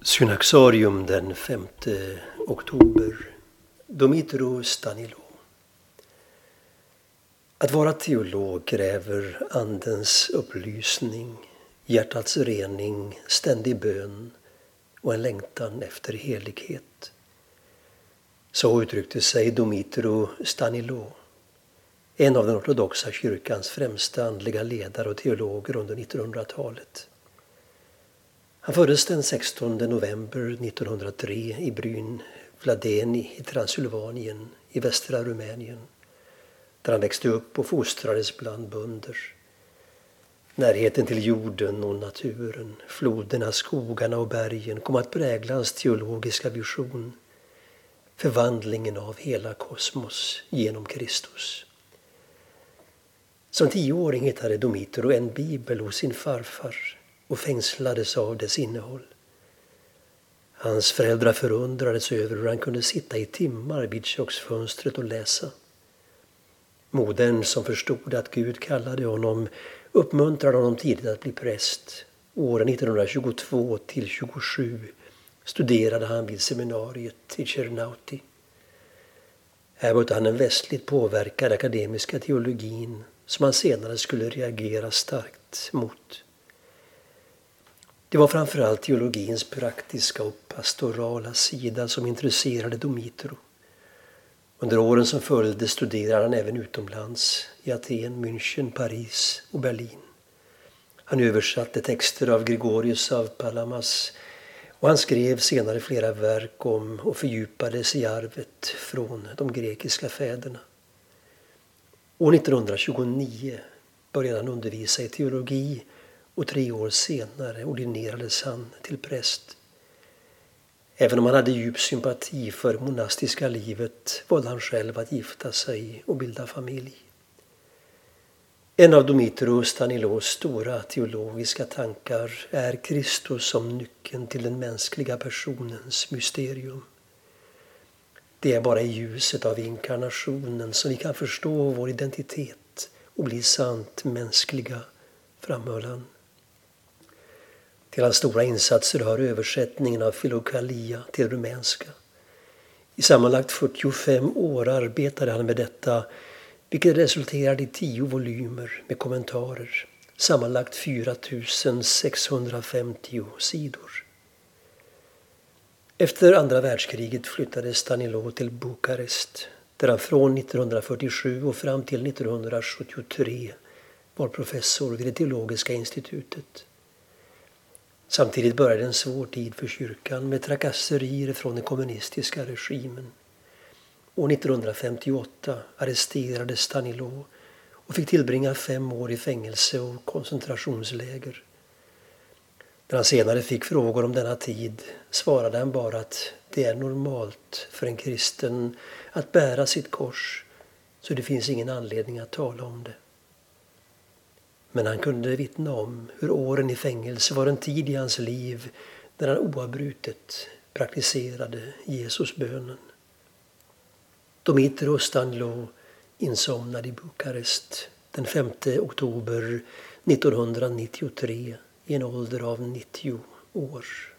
Synaxarium den 5 oktober. Dumitru Stanilo. Att vara teolog kräver andens upplysning, hjärtats rening, ständig bön och en längtan efter helighet. Så uttryckte sig Dumitru Stanilo, en av den ortodoxa kyrkans främsta andliga ledare och teologer under 1900-talet. Han föddes den 16 november 1903 i Bryn Vladeni i Transylvanien i västra Rumänien, där han växte upp och fostrades bland bönder. Närheten till jorden och naturen, floderna, skogarna och bergen kom att prägla hans teologiska vision, förvandlingen av hela kosmos genom Kristus. Som 10-åring hittade Dumitru en bibel hos sin farfar och fängslades av dess innehåll. Hans föräldrar förundrades över hur han kunde sitta i timmar vid köksfönstret och läsa. Modern, som förstod att Gud kallade honom, uppmuntrade honom tidigt att bli präst. Åren 1922 till 27 studerade han vid seminariet i Tjernauti. Här mötte han den västligt påverkade akademiska teologin som han senare skulle reagera starkt mot. Det var framförallt teologins praktiska och pastorala sida som intresserade Dumitru. Under åren som följde studerade han även utomlands, i Aten, München, Paris och Berlin. Han översatte texter av Gregorius av Palamas och han skrev senare flera verk om och fördjupades i arvet från de grekiska fäderna. År 1929 började han undervisa i teologi och 3 år senare ordinerades han till präst. Även om han hade djup sympati för det monastiska livet valde han själv att gifta sig och bilda familj. En av Dumitru Stanilos stora teologiska tankar är Kristus som nyckeln till den mänskliga personens mysterium. Det är bara i ljuset av inkarnationen som vi kan förstå vår identitet och bli sant mänskliga, framhöll han. Till hans stora insatser hör översättningen av Filokalia till rumänska. I sammanlagt 45 år arbetade han med detta, vilket resulterade i 10 volymer med kommentarer, sammanlagt 4650 sidor. Efter andra världskriget flyttade Stanilo till Bukarest, där han från 1947 och fram till 1973 var professor vid det teologiska institutet. Samtidigt började en svår tid för kyrkan med trakasserier från den kommunistiska regimen. År 1958 arresterades Stanilo och fick tillbringa 5 år i fängelse och koncentrationsläger. När han senare fick frågor om denna tid svarade han bara att det är normalt för en kristen att bära sitt kors, så det finns ingen anledning att tala om det. Men han kunde vittna om hur åren i fängelse var en tid i hans liv när han oavbrutet praktiserade Jesusbönen. Dumitru Stanilo insomnade i Bukarest den 5 oktober 1993 i en ålder av 90 år.